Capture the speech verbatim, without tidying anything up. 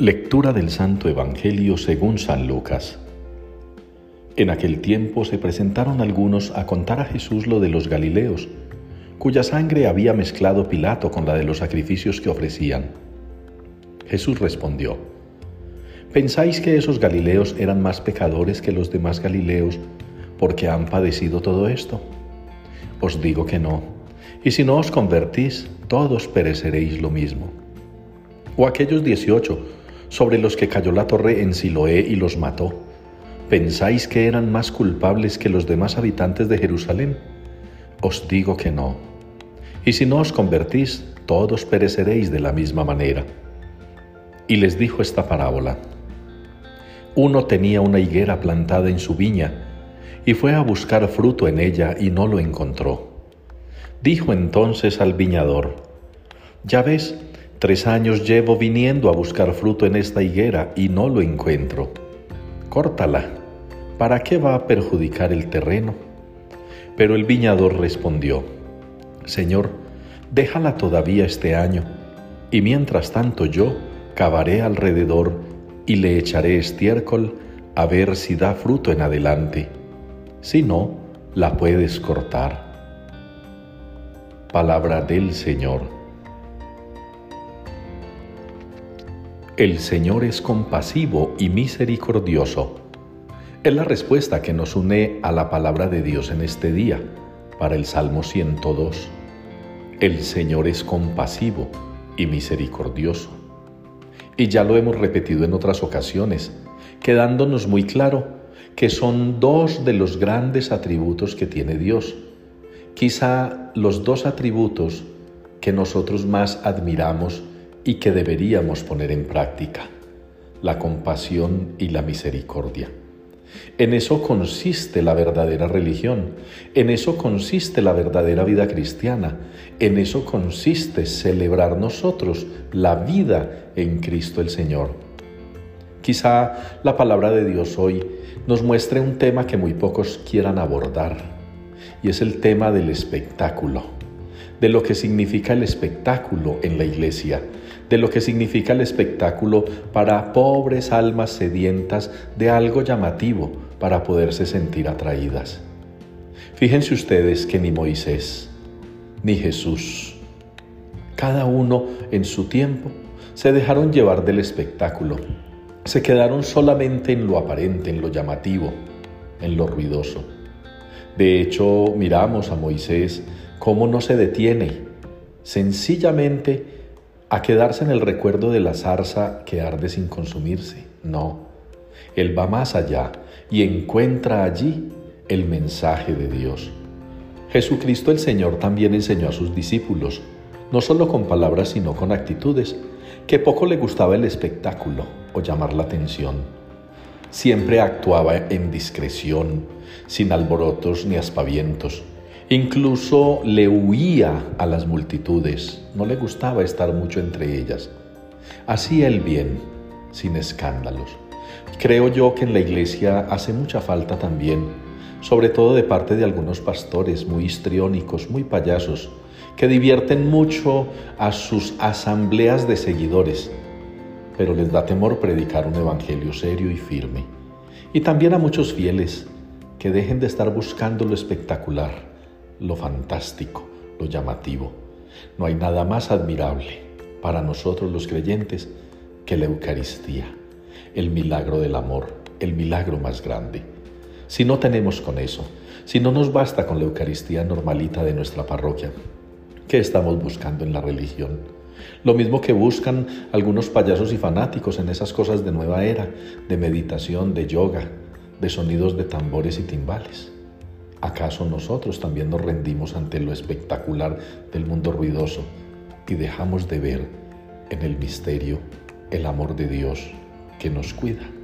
Lectura del Santo Evangelio según San Lucas. En aquel tiempo se presentaron algunos a contar a Jesús lo de los Galileos, cuya sangre había mezclado Pilato con la de los sacrificios que ofrecían. Jesús respondió: ¿Pensáis que esos Galileos eran más pecadores que los demás Galileos porque han padecido todo esto? Os digo que no, y si no os convertís, todos pereceréis lo mismo. O aquellos dieciocho, sobre los que cayó la torre en Siloé y los mató, ¿pensáis que eran más culpables que los demás habitantes de Jerusalén? Os digo que no. Y si no os convertís, todos pereceréis de la misma manera. Y les dijo esta parábola: Uno tenía una higuera plantada en su viña, y fue a buscar fruto en ella y no lo encontró. Dijo entonces al viñador: Ya ves, Tres años llevo viniendo a buscar fruto en esta higuera y no lo encuentro. Córtala. ¿Para qué va a perjudicar el terreno? Pero el viñador respondió: Señor, déjala todavía este año, y mientras tanto yo cavaré alrededor y le echaré estiércol a ver si da fruto en adelante. Si no, la puedes cortar. Palabra del Señor. El Señor es compasivo y misericordioso. Es la respuesta que nos une a la palabra de Dios en este día, para el Salmo ciento dos. El Señor es compasivo y misericordioso. Y ya lo hemos repetido en otras ocasiones, quedándonos muy claro que son dos de los grandes atributos que tiene Dios. Quizá los dos atributos que nosotros más admiramos y que deberíamos poner en práctica: la compasión y la misericordia. En eso consiste la verdadera religión, en eso consiste la verdadera vida cristiana, en eso consiste celebrar nosotros la vida en Cristo el Señor. Quizá la palabra de Dios hoy nos muestre un tema que muy pocos quieran abordar, y es el tema del espectáculo, de lo que significa el espectáculo en la iglesia, de lo que significa el espectáculo para pobres almas sedientas de algo llamativo para poderse sentir atraídas. Fíjense ustedes que ni Moisés, ni Jesús, cada uno en su tiempo, se dejaron llevar del espectáculo. Se quedaron solamente en lo aparente, en lo llamativo, en lo ruidoso. De hecho, miramos a Moisés cómo no se detiene, sencillamente, a quedarse en el recuerdo de la zarza que arde sin consumirse. No, él va más allá y encuentra allí el mensaje de Dios. Jesucristo el Señor también enseñó a sus discípulos, no solo con palabras sino con actitudes, que poco le gustaba el espectáculo o llamar la atención. Siempre actuaba en discreción, sin alborotos ni aspavientos. Incluso le huía a las multitudes, no le gustaba estar mucho entre ellas. Hacía el bien, sin escándalos. Creo yo que en la iglesia hace mucha falta también, sobre todo de parte de algunos pastores muy histriónicos, muy payasos, que divierten mucho a sus asambleas de seguidores, pero les da temor predicar un evangelio serio y firme. Y también a muchos fieles que dejen de estar buscando lo espectacular, lo fantástico, lo llamativo. No hay nada más admirable para nosotros los creyentes que la Eucaristía, el milagro del amor, el milagro más grande. Si no tenemos con eso, si no nos basta con la Eucaristía normalita de nuestra parroquia, ¿qué estamos buscando en la religión? Lo mismo que buscan algunos payasos y fanáticos en esas cosas de nueva era, de meditación, de yoga, de sonidos de tambores y timbales. ¿Acaso nosotros también nos rendimos ante lo espectacular del mundo ruidoso y dejamos de ver en el misterio el amor de Dios que nos cuida?